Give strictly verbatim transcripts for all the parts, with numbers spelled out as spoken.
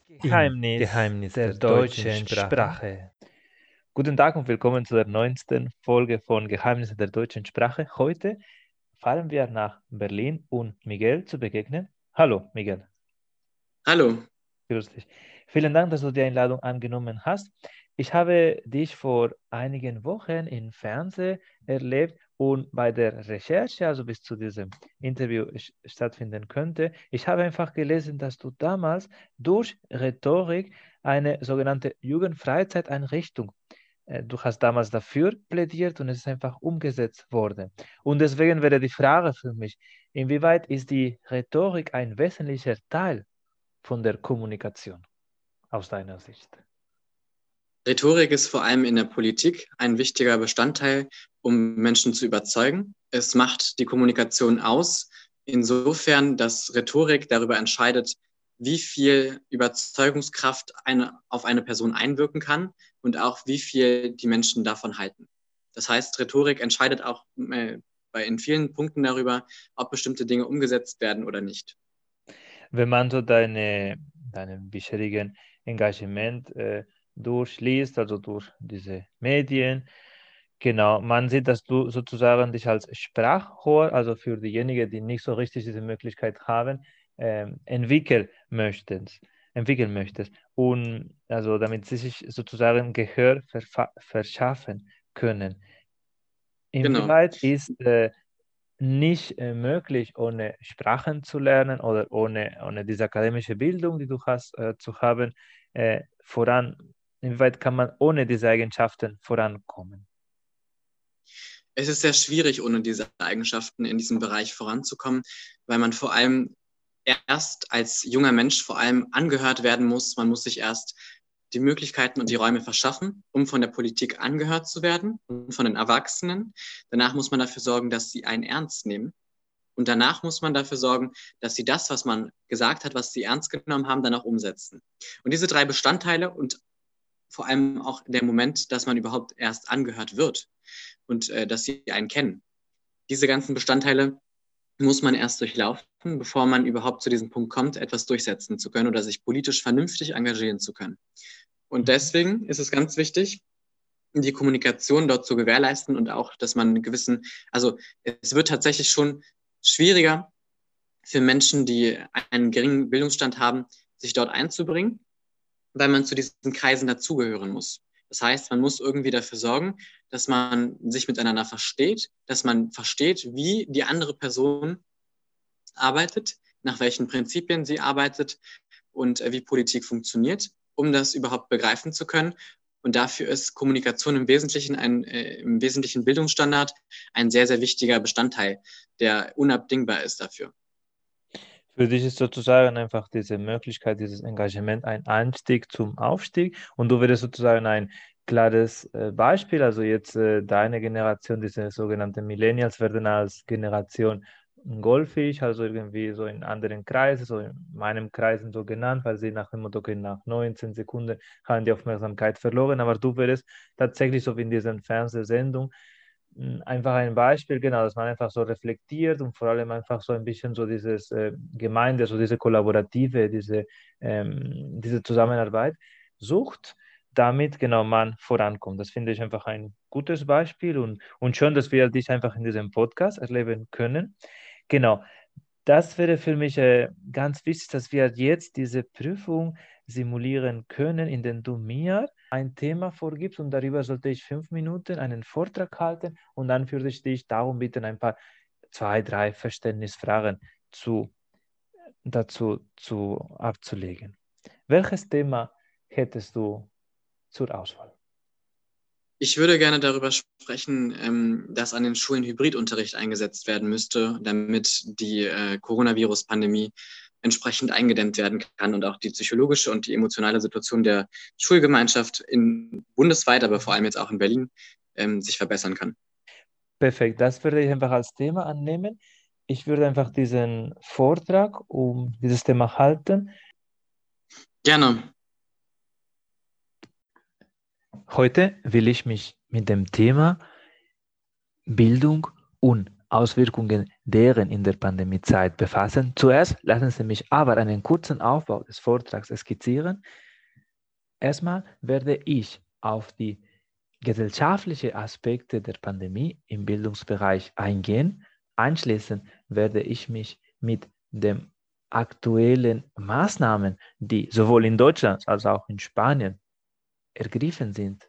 Geheimnis, Geheimnis der, der deutschen Sprache. Sprache. Guten Tag und willkommen zur neunten Folge von Geheimnisse der deutschen Sprache. Heute fahren wir nach Berlin, um Miguel zu begegnen. Hallo, Miguel. Hallo. Grüß dich. Vielen Dank, dass du die Einladung angenommen hast. Ich habe dich vor einigen Wochen im Fernsehen erlebt und bei der Recherche, also bis zu diesem Interview stattfinden könnte, ich habe einfach gelesen, dass du damals durch Rhetorik eine sogenannte Jugendfreizeiteinrichtung, äh, du hast damals dafür plädiert und es ist einfach umgesetzt worden. Und deswegen wäre die Frage für mich, inwieweit ist die Rhetorik ein wesentlicher Teil von der Kommunikation aus deiner Sicht? Rhetorik ist vor allem in der Politik ein wichtiger Bestandteil, um Menschen zu überzeugen. Es macht die Kommunikation aus, insofern, dass Rhetorik darüber entscheidet, wie viel Überzeugungskraft eine, auf eine Person einwirken kann und auch wie viel die Menschen davon halten. Das heißt, Rhetorik entscheidet auch äh, bei in vielen Punkten darüber, ob bestimmte Dinge umgesetzt werden oder nicht. Wenn man so deine, deinen bisherigen Engagement äh, durchliest, also durch diese Medien, genau, man sieht, dass du sozusagen dich als Sprachrohr, also für diejenigen, die nicht so richtig diese Möglichkeit haben, ähm, entwickeln möchtest, entwickeln möchtest. Und also damit sie sich sozusagen Gehör verschaffen können. Inwieweit Genau. ist äh, nicht äh, möglich, ohne Sprachen zu lernen oder ohne, ohne diese akademische Bildung, die du hast, äh, zu haben, äh, voran, inwieweit kann man ohne diese Eigenschaften vorankommen? Es ist sehr schwierig, ohne diese Eigenschaften in diesem Bereich voranzukommen, weil man vor allem erst als junger Mensch vor allem angehört werden muss. Man muss sich erst die Möglichkeiten und die Räume verschaffen, um von der Politik angehört zu werden und von den Erwachsenen. Danach muss man dafür sorgen, dass sie einen ernst nehmen. Und danach muss man dafür sorgen, dass sie das, was man gesagt hat, was sie ernst genommen haben, dann auch umsetzen. Und diese drei Bestandteile und vor allem auch der Moment, dass man überhaupt erst angehört wird und äh, dass sie einen kennen. Diese ganzen Bestandteile muss man erst durchlaufen, bevor man überhaupt zu diesem Punkt kommt, etwas durchsetzen zu können oder sich politisch vernünftig engagieren zu können. Und deswegen ist es ganz wichtig, die Kommunikation dort zu gewährleisten und auch, dass man einen gewissen, also es wird tatsächlich schon schwieriger für Menschen, die einen geringen Bildungsstand haben, sich dort einzubringen, weil man zu diesen Kreisen dazugehören muss. Das heißt, man muss irgendwie dafür sorgen, dass man sich miteinander versteht, dass man versteht, wie die andere Person arbeitet, nach welchen Prinzipien sie arbeitet und wie Politik funktioniert, um das überhaupt begreifen zu können. Und dafür ist Kommunikation im Wesentlichen ein äh, im Wesentlichen Bildungsstandard ein sehr, sehr wichtiger Bestandteil, der unabdingbar ist dafür. Für dich ist sozusagen einfach diese Möglichkeit, dieses Engagement ein Einstieg zum Aufstieg und du würdest sozusagen ein klares äh, Beispiel, also jetzt äh, deine Generation, diese sogenannten Millennials werden als Generation Goldfisch, also irgendwie so in anderen Kreisen, so in meinem Kreisen so genannt, weil sie nach dem Motto, okay, nach neunzehn Sekunden haben die Aufmerksamkeit verloren, aber du würdest tatsächlich so wie in dieser Fernsehsendung einfach ein Beispiel, genau, dass man einfach so reflektiert und vor allem einfach so ein bisschen so dieses äh, Gemeinde, so diese Kollaborative, diese, ähm, diese Zusammenarbeit sucht, damit genau man vorankommt. Das finde ich einfach ein gutes Beispiel und, und schön, dass wir dich einfach in diesem Podcast erleben können. Genau, das wäre für mich äh, ganz wichtig, dass wir jetzt diese Prüfung simulieren können, indem du mir ein Thema vorgibst und darüber sollte ich fünf Minuten einen Vortrag halten und dann würde ich dich darum bitten, ein paar, zwei, drei Verständnisfragen zu, dazu zu, abzulegen. Welches Thema hättest du zur Auswahl? Ich würde gerne darüber sprechen, dass an den Schulen Hybridunterricht eingesetzt werden müsste, damit die äh, Coronavirus-Pandemie entsprechend eingedämmt werden kann und auch die psychologische und die emotionale Situation der Schulgemeinschaft in bundesweit, aber vor allem jetzt auch in Berlin, ähm, sich verbessern kann. Perfekt, das würde ich einfach als Thema annehmen. Ich würde einfach diesen Vortrag um dieses Thema halten. Gerne. Heute will ich mich mit dem Thema Bildung und Auswirkungen deren in der Pandemiezeit befassen. Zuerst lassen Sie mich aber einen kurzen Aufbau des Vortrags skizzieren. Erstmal werde ich auf die gesellschaftlichen Aspekte der Pandemie im Bildungsbereich eingehen. Anschließend werde ich mich mit den aktuellen Maßnahmen, die sowohl in Deutschland als auch in Spanien ergriffen sind,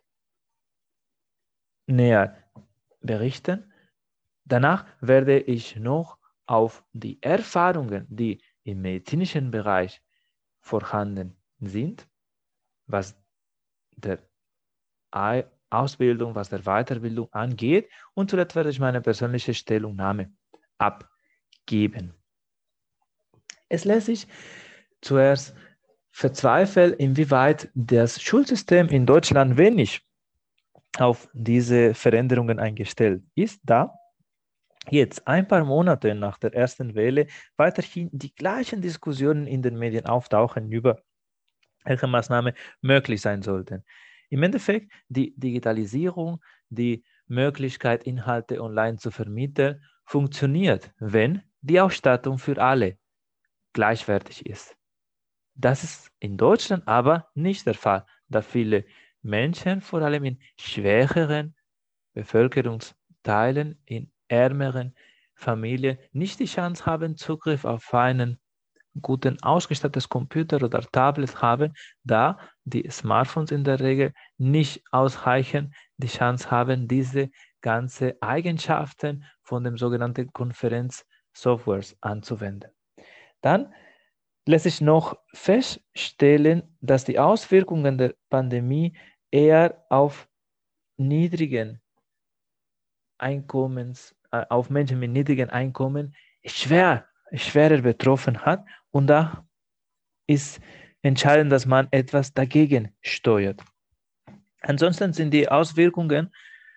näher berichten. Danach werde ich noch auf die Erfahrungen, die im medizinischen Bereich vorhanden sind, was der Ausbildung, was der Weiterbildung angeht, und zuletzt werde ich meine persönliche Stellungnahme abgeben. Es lässt sich zuerst verzweifeln, inwieweit das Schulsystem in Deutschland wenig auf diese Veränderungen eingestellt ist, da jetzt ein paar Monate nach der ersten Welle weiterhin die gleichen Diskussionen in den Medien auftauchen über welche Maßnahmen möglich sein sollten. Im Endeffekt die Digitalisierung, die Möglichkeit, Inhalte online zu vermitteln, funktioniert, wenn die Ausstattung für alle gleichwertig ist. Das ist in Deutschland aber nicht der Fall, da viele Menschen, vor allem in schwächeren Bevölkerungsteilen, in ärmeren Familien, nicht die Chance haben, Zugriff auf einen guten ausgestattetes Computer oder Tablet haben, da die Smartphones in der Regel nicht ausreichend die Chance haben, diese ganzen Eigenschaften von dem sogenannten Konferenzsoftwares anzuwenden. Dann lässt sich noch feststellen, dass die Auswirkungen der Pandemie eher auf niedrigen Einkommens, äh, auf Menschen mit niedrigen Einkommen schwer, schwerer betroffen hat. Und da ist entscheidend, dass man etwas dagegen steuert. Ansonsten sind die Auswirkungen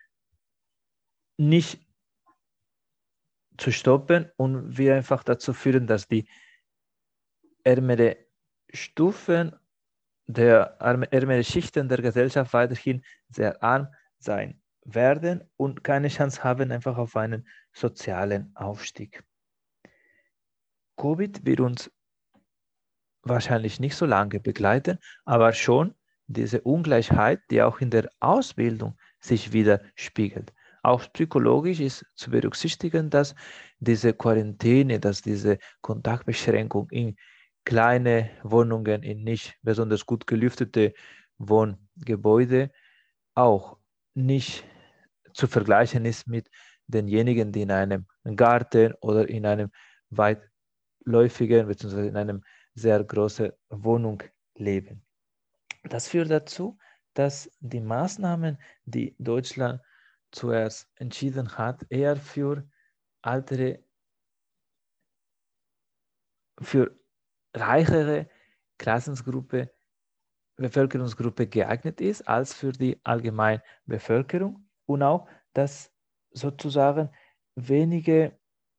nicht zu stoppen und wir einfach dazu führen, dass die ärmere Stufen der ärmere Schichten der Gesellschaft weiterhin sehr arm sein werden und keine Chance haben einfach auf einen sozialen Aufstieg. Covid wird uns wahrscheinlich nicht so lange begleiten, aber schon diese Ungleichheit, die auch in der Ausbildung sich widerspiegelt. Auch psychologisch ist zu berücksichtigen, dass diese Quarantäne, dass diese Kontaktbeschränkung in kleine Wohnungen, in nicht besonders gut gelüftete Wohngebäude auch nicht zu vergleichen ist mit denjenigen, die in einem Garten oder in einem weitläufigen bzw. in einem sehr großen Wohnung leben. Das führt dazu, dass die Maßnahmen, die Deutschland zuerst entschieden hat, eher für ältere, für reichere Klassengruppe, Bevölkerungsgruppe geeignet ist, als für die allgemeine Bevölkerung und auch, dass sozusagen wenige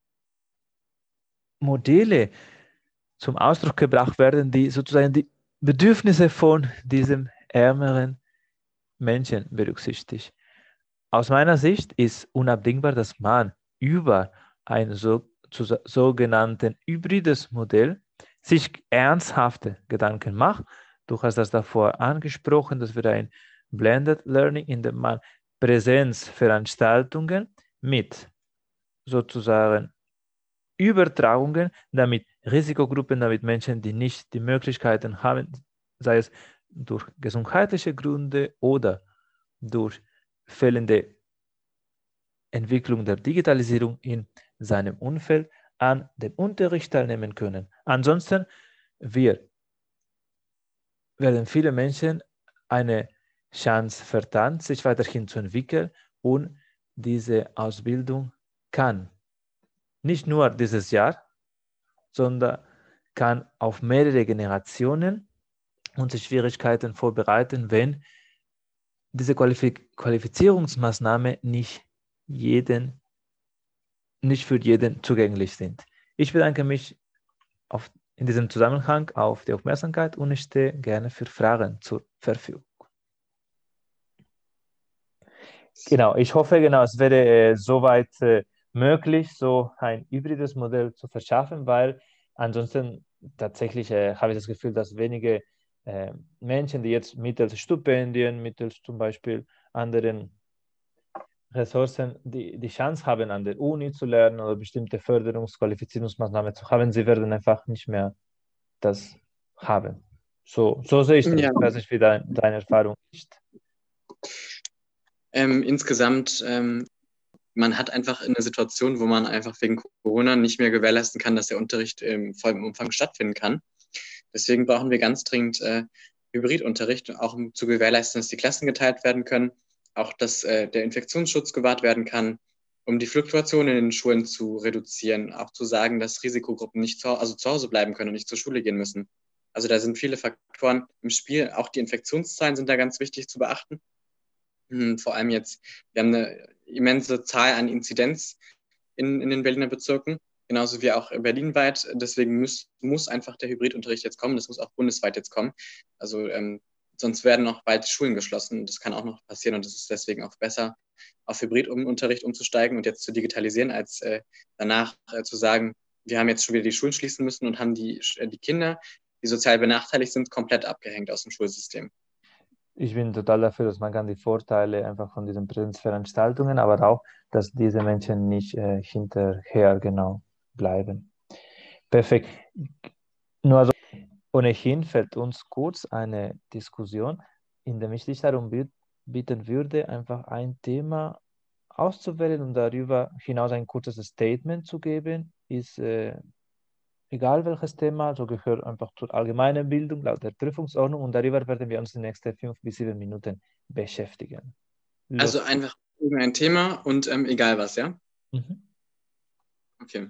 Modelle zum Ausdruck gebracht werden, die sozusagen die Bedürfnisse von diesem ärmeren Menschen berücksichtigt. Aus meiner Sicht ist unabdingbar, dass man über ein so, so, sogenanntes hybrides Modell sich ernsthafte Gedanken macht. Du hast das davor angesprochen, dass wir ein Blended Learning, in dem man Präsenzveranstaltungen mit sozusagen Übertragungen, damit Risikogruppen, damit Menschen, die nicht die Möglichkeiten haben, sei es durch gesundheitliche Gründe oder durch fehlende Entwicklung der Digitalisierung in seinem Umfeld, an dem Unterricht teilnehmen können. Ansonsten wir, werden viele Menschen eine Chance vertan, sich weiterhin zu entwickeln, und diese Ausbildung kann nicht nur dieses Jahr, sondern kann auf mehrere Generationen unsere Schwierigkeiten vorbereiten, wenn diese Qualif- Qualifizierungsmaßnahmen nicht, jeden, nicht für jeden zugänglich sind. Ich bedanke mich auf, in diesem Zusammenhang auf die Aufmerksamkeit und ich stehe gerne für Fragen zur Verfügung. Genau, ich hoffe, genau, es wäre äh, soweit äh, möglich, so ein hybrides Modell zu verschaffen, weil ansonsten tatsächlich äh, habe ich das Gefühl, dass wenige äh, Menschen, die jetzt mittels Stipendien, mittels zum Beispiel anderen Ressourcen, die die Chance haben, an der Uni zu lernen oder bestimmte Förderungs-, Qualifizierungsmaßnahmen zu haben, sie werden einfach nicht mehr das haben. So, so sehe ich das. Ja, Ich weiß nicht, wie dein, deine Erfahrung ist. ähm, insgesamt, ähm, man hat einfach eine Situation, wo man einfach wegen Corona nicht mehr gewährleisten kann, dass der Unterricht im vollen Umfang stattfinden kann. Deswegen brauchen wir ganz dringend äh, Hybridunterricht, auch um zu gewährleisten, dass die Klassen geteilt werden können, auch dass äh, der Infektionsschutz gewahrt werden kann, um die Fluktuation in den Schulen zu reduzieren, auch zu sagen, dass Risikogruppen nicht zu, also zu Hause bleiben können und nicht zur Schule gehen müssen. Also da sind viele Faktoren im Spiel. Auch die Infektionszahlen sind da ganz wichtig zu beachten. Hm, vor allem jetzt, wir haben eine immense Zahl an Inzidenz in, in den Berliner Bezirken, genauso wie auch berlinweit. Deswegen muss, muss einfach der Hybridunterricht jetzt kommen. Das muss auch bundesweit jetzt kommen. Also ähm, sonst werden auch bald Schulen geschlossen. Das kann auch noch passieren und es ist deswegen auch besser, auf Hybridunterricht umzusteigen und jetzt zu digitalisieren, als äh, danach äh, zu sagen, wir haben jetzt schon wieder die Schulen schließen müssen und haben die, äh, die Kinder, die sozial benachteiligt sind, komplett abgehängt aus dem Schulsystem. Ich bin total dafür, dass man kann die Vorteile einfach von diesen Präsenzveranstaltungen, aber auch, dass diese Menschen nicht äh, hinterher genau bleiben. Perfekt. Nur also, ohnehin fällt uns kurz eine Diskussion, in der ich dich darum bitten würde, einfach ein Thema auszuwählen und darüber hinaus ein kurzes Statement zu geben, ist äh, egal welches Thema, so gehört einfach zur allgemeinen Bildung laut der Prüfungsordnung und darüber werden wir uns die nächsten fünf bis sieben Minuten beschäftigen. Los. Also einfach irgendein Thema und ähm, egal was, ja? Mhm. Okay.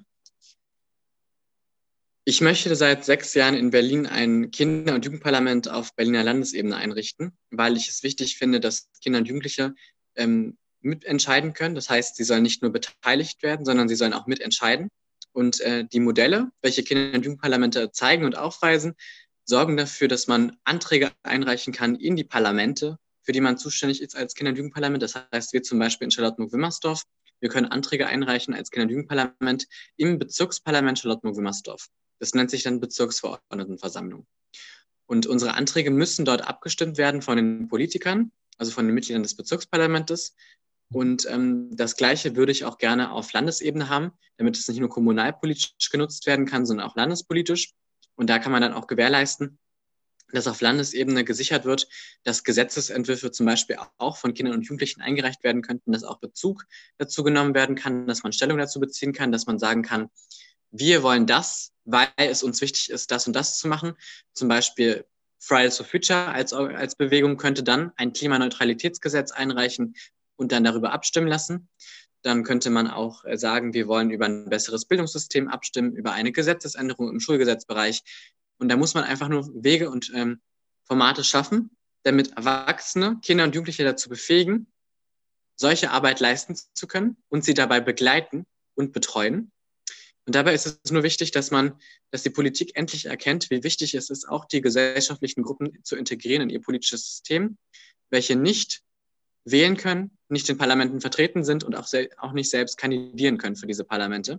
Ich möchte seit sechs Jahren in Berlin ein Kinder- und Jugendparlament auf Berliner Landesebene einrichten, weil ich es wichtig finde, dass Kinder und Jugendliche ähm, mitentscheiden können. Das heißt, sie sollen nicht nur beteiligt werden, sondern sie sollen auch mitentscheiden. Und äh, die Modelle, welche Kinder- und Jugendparlamente zeigen und aufweisen, sorgen dafür, dass man Anträge einreichen kann in die Parlamente, für die man zuständig ist als Kinder- und Jugendparlament. Das heißt, wir zum Beispiel in Charlottenburg-Wilmersdorf, wir können Anträge einreichen als Kinder- und Jugendparlament im Bezirksparlament Charlottenburg-Wilmersdorf. Das nennt sich dann Bezirksverordnetenversammlung. Und unsere Anträge müssen dort abgestimmt werden von den Politikern, also von den Mitgliedern des Bezirksparlamentes. Und ähm, das Gleiche würde ich auch gerne auf Landesebene haben, damit es nicht nur kommunalpolitisch genutzt werden kann, sondern auch landespolitisch. Und da kann man dann auch gewährleisten, dass auf Landesebene gesichert wird, dass Gesetzesentwürfe zum Beispiel auch von Kindern und Jugendlichen eingereicht werden könnten, dass auch Bezug dazu genommen werden kann, dass man Stellung dazu beziehen kann, dass man sagen kann, wir wollen das, weil es uns wichtig ist, das und das zu machen. Zum Beispiel Fridays for Future als, als Bewegung könnte dann ein Klimaneutralitätsgesetz einreichen und dann darüber abstimmen lassen. Dann könnte man auch sagen, wir wollen über ein besseres Bildungssystem abstimmen, über eine Gesetzesänderung im Schulgesetzbereich. Und da muss man einfach nur Wege und ähm, Formate schaffen, damit Erwachsene, Kinder und Jugendliche dazu befähigen, solche Arbeit leisten zu können und sie dabei begleiten und betreuen. Und dabei ist es nur wichtig, dass man, dass die Politik endlich erkennt, wie wichtig es ist, auch die gesellschaftlichen Gruppen zu integrieren in ihr politisches System, welche nicht wählen können, nicht in Parlamenten vertreten sind und auch, auch nicht selbst kandidieren können für diese Parlamente.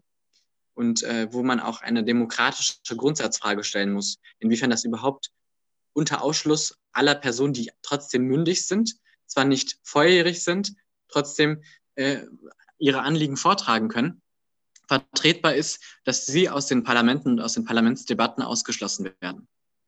Und äh, wo man auch eine demokratische Grundsatzfrage stellen muss, inwiefern das überhaupt unter Ausschluss aller Personen, die trotzdem mündig sind, zwar nicht volljährig sind, trotzdem äh, ihre Anliegen vortragen können, vertretbar ist, dass sie aus den Parlamenten und aus den Parlamentsdebatten ausgeschlossen werden.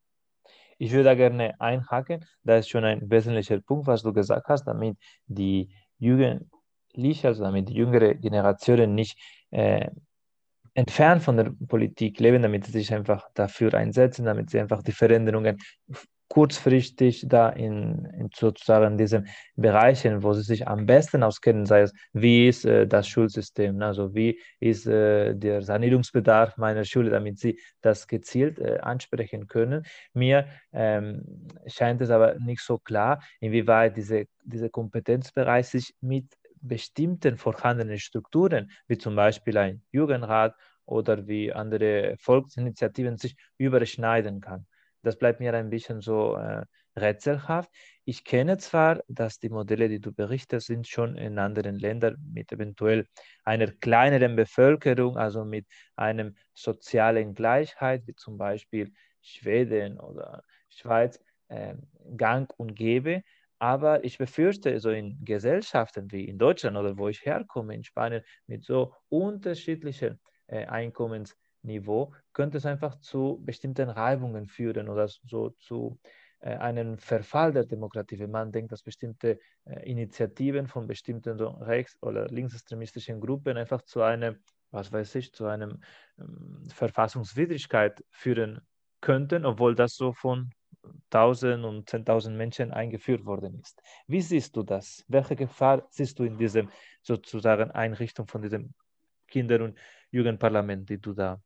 Ich würde da gerne einhaken, da ist schon ein wesentlicher Punkt, was du gesagt hast, damit die Jugendlichen, also damit die jüngere Generationen nicht äh, entfernt von der Politik leben, damit sie sich einfach dafür einsetzen, damit sie einfach die Veränderungen kurzfristig da in, in sozusagen diesen Bereichen, wo sie sich am besten auskennen, sei es, wie ist äh, das Schulsystem, also wie ist äh, der Sanierungsbedarf meiner Schule, damit sie das gezielt äh, ansprechen können. Mir ähm, scheint es aber nicht so klar, inwieweit diese, dieser Kompetenzbereich sich mit bestimmten vorhandenen Strukturen, wie zum Beispiel ein Jugendrat oder wie andere Volksinitiativen, sich überschneiden kann. das bleibt mir ein bisschen so äh, rätselhaft. Ich kenne zwar, dass die Modelle, die du berichtest, sind schon in anderen Ländern mit eventuell einer kleineren Bevölkerung, also mit einem sozialen Gleichheit, wie zum Beispiel Schweden oder Schweiz, äh, gang und gäbe. Aber ich befürchte, so in Gesellschaften wie in Deutschland oder wo ich herkomme, in Spanien, mit so unterschiedlichen äh, Einkommensniveau, könnte es einfach zu bestimmten Reibungen führen oder so zu äh, einem Verfall der Demokratie. Wenn man denkt, dass bestimmte äh, Initiativen von bestimmten so rechts- oder linksextremistischen Gruppen einfach zu einem, was weiß ich, zu einem ähm, Verfassungswidrigkeit führen könnten, obwohl das so von tausend und zehntausend Menschen eingeführt worden ist. Wie siehst du das? Welche Gefahr siehst du in diesem sozusagen Einrichtung von diesem Kinder- und Jugendparlament, die du da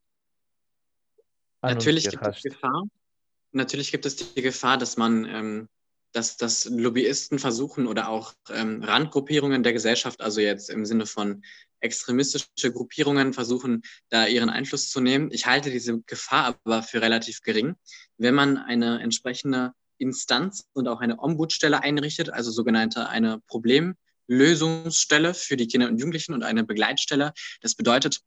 Natürlich annonciert gibt es hast? Gefahr. Natürlich gibt es die Gefahr, dass man, ähm, dass, dass Lobbyisten versuchen oder auch ähm, Randgruppierungen der Gesellschaft, also jetzt im Sinne von extremistische Gruppierungen, versuchen, da ihren Einfluss zu nehmen. Ich halte diese Gefahr aber für relativ gering, wenn man eine entsprechende Instanz und auch eine Ombudsstelle einrichtet, also sogenannte eine Problemlösungsstelle für die Kinder und Jugendlichen und eine Begleitstelle. Das bedeutet,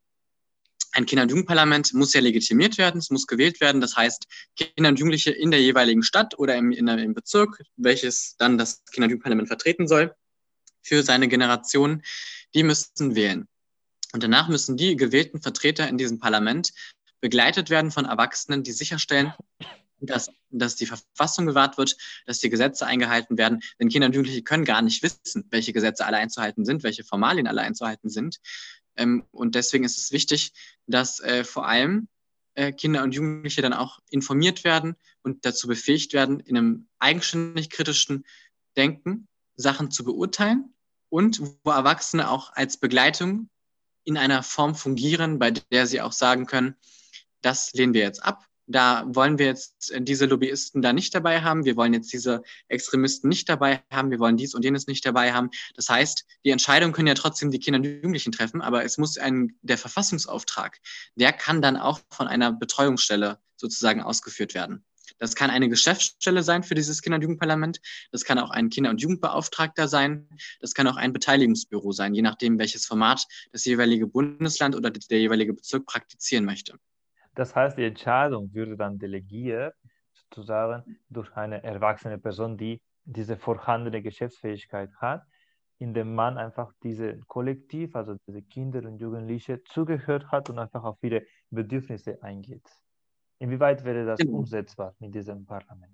ein Kinder- und Jugendparlament muss ja legitimiert werden, es muss gewählt werden. Das heißt, Kinder und Jugendliche in der jeweiligen Stadt oder im, in, im Bezirk, welches dann das Kinder- und Jugendparlament vertreten soll, für seine Generation, die müssen wählen. Und danach müssen die gewählten Vertreter in diesem Parlament begleitet werden von Erwachsenen, die sicherstellen, dass, dass die Verfassung gewahrt wird, dass die Gesetze eingehalten werden. Denn Kinder und Jugendliche können gar nicht wissen, welche Gesetze alle einzuhalten sind, welche Formalien alle einzuhalten sind. Ähm, und deswegen ist es wichtig, dass äh, vor allem äh, Kinder und Jugendliche dann auch informiert werden und dazu befähigt werden, in einem eigenständig kritischen Denken Sachen zu beurteilen und wo Erwachsene auch als Begleitung in einer Form fungieren, bei der sie auch sagen können, das lehnen wir jetzt ab. Da wollen wir jetzt diese Lobbyisten da nicht dabei haben. Wir wollen jetzt diese Extremisten nicht dabei haben. Wir wollen dies und jenes nicht dabei haben. Das heißt, die Entscheidung können ja trotzdem die Kinder und Jugendlichen treffen, aber es muss ein, der Verfassungsauftrag, der kann dann auch von einer Betreuungsstelle sozusagen ausgeführt werden. Das kann eine Geschäftsstelle sein für dieses Kinder- und Jugendparlament. Das kann auch ein Kinder- und Jugendbeauftragter sein. Das kann auch ein Beteiligungsbüro sein, je nachdem, welches Format das jeweilige Bundesland oder der jeweilige Bezirk praktizieren möchte. Das heißt, die Entscheidung würde dann delegiert, sozusagen durch eine erwachsene Person, die diese vorhandene Geschäftsfähigkeit hat, indem man einfach diese Kollektiv, also diese Kinder und Jugendliche zugehört hat und einfach auf ihre Bedürfnisse eingeht. Inwieweit wäre das Genau. umsetzbar mit diesem Parlament?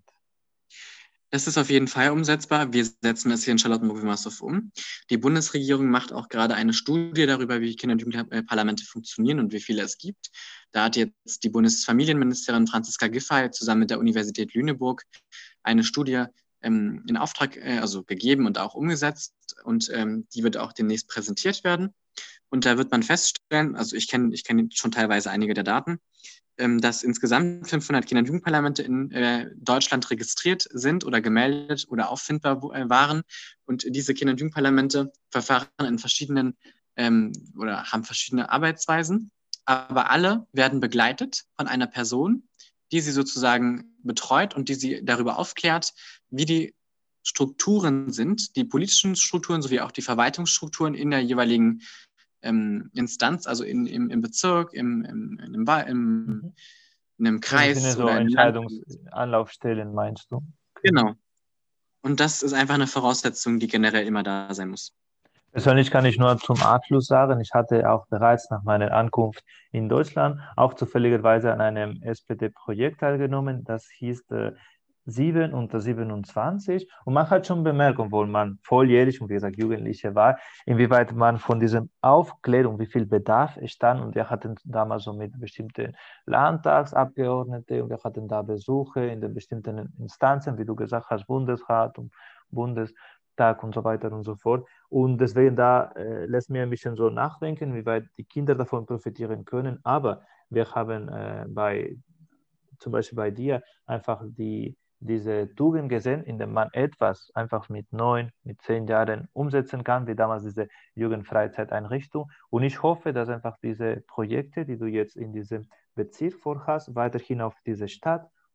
Das ist auf jeden Fall umsetzbar. Wir setzen es hier in Charlottenburg-Wilmersdorf um. Die Bundesregierung macht auch gerade eine Studie darüber, wie Kinder- und Jugendparlamente funktionieren und wie viele es gibt. Da hat jetzt die Bundesfamilienministerin Franziska Giffey zusammen mit der Universität Lüneburg eine Studie ähm, in Auftrag äh, also gegeben und auch umgesetzt. Und ähm, die wird auch demnächst präsentiert werden. Und da wird man feststellen, also ich kenne ich kenn schon teilweise einige der Daten, dass insgesamt fünfhundert Kinder- und Jugendparlamente in äh, Deutschland registriert sind oder gemeldet oder auffindbar äh, waren. Und diese Kinder- und Jugendparlamente verfahren in verschiedenen ähm, oder haben verschiedene Arbeitsweisen, aber alle werden begleitet von einer Person, die sie sozusagen betreut und die sie darüber aufklärt, wie die Strukturen sind, die politischen Strukturen sowie auch die Verwaltungsstrukturen in der jeweiligen ähm, Instanz, also in, im, im Bezirk, im, im, im, im, Mhm. in einem Im Sinne Kreis so oder in einem Land. Entscheidungsanlaufstellen, meinst du? Okay. Genau. Und das ist einfach eine Voraussetzung, die generell immer da sein muss. Persönlich kann ich nur zum Abschluss sagen, ich hatte auch bereits nach meiner Ankunft in Deutschland auch zufälligerweise an einem S P D-Projekt teilgenommen. Das hieß äh, sieben unter siebenundzwanzig. Und man hat schon bemerkt, obwohl man volljährig und wie gesagt Jugendliche war, inwieweit man von diesem Aufklärung, wie viel Bedarf es stand. Und wir hatten damals so mit bestimmten Landtagsabgeordneten und wir hatten da Besuche in den bestimmten Instanzen, wie du gesagt hast, Bundesrat und Bundestag und so weiter und so fort. Und deswegen da äh, lässt mir ein bisschen so nachdenken, wie weit die Kinder davon profitieren können. Aber wir haben äh, bei, zum Beispiel bei dir, einfach die, diese Tugend gesehen, in der man etwas einfach mit neun, mit zehn Jahren umsetzen kann, wie damals diese Jugendfreizeiteinrichtung. Und ich hoffe, dass einfach diese Projekte, die du jetzt in diesem Bezirk vorhast, weiterhin auf diese Stadt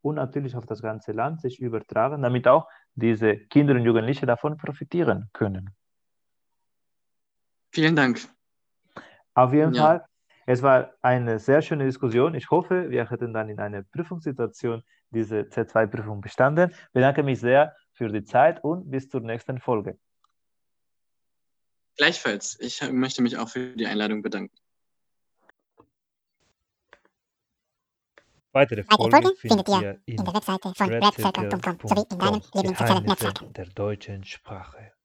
und natürlich auf das ganze Land sich übertragen, damit auch diese Kinder und Jugendliche davon profitieren können. Vielen Dank. Auf jeden Ja. Fall, es war eine sehr schöne Diskussion. Ich hoffe, wir hätten dann in einer Prüfungssituation diese C zwei Prüfung bestanden. Ich bedanke mich sehr für die Zeit und bis zur nächsten Folge. Gleichfalls. Ich möchte mich auch für die Einladung bedanken. Weitere Weitere Folgen Folgen findet findet ihr ihr in der in Webseite von redcircle punkt com sowie in deinen redcircle punkt com, Lieblingssozialen Netzwerken. Geheimnisse der deutschen Sprache.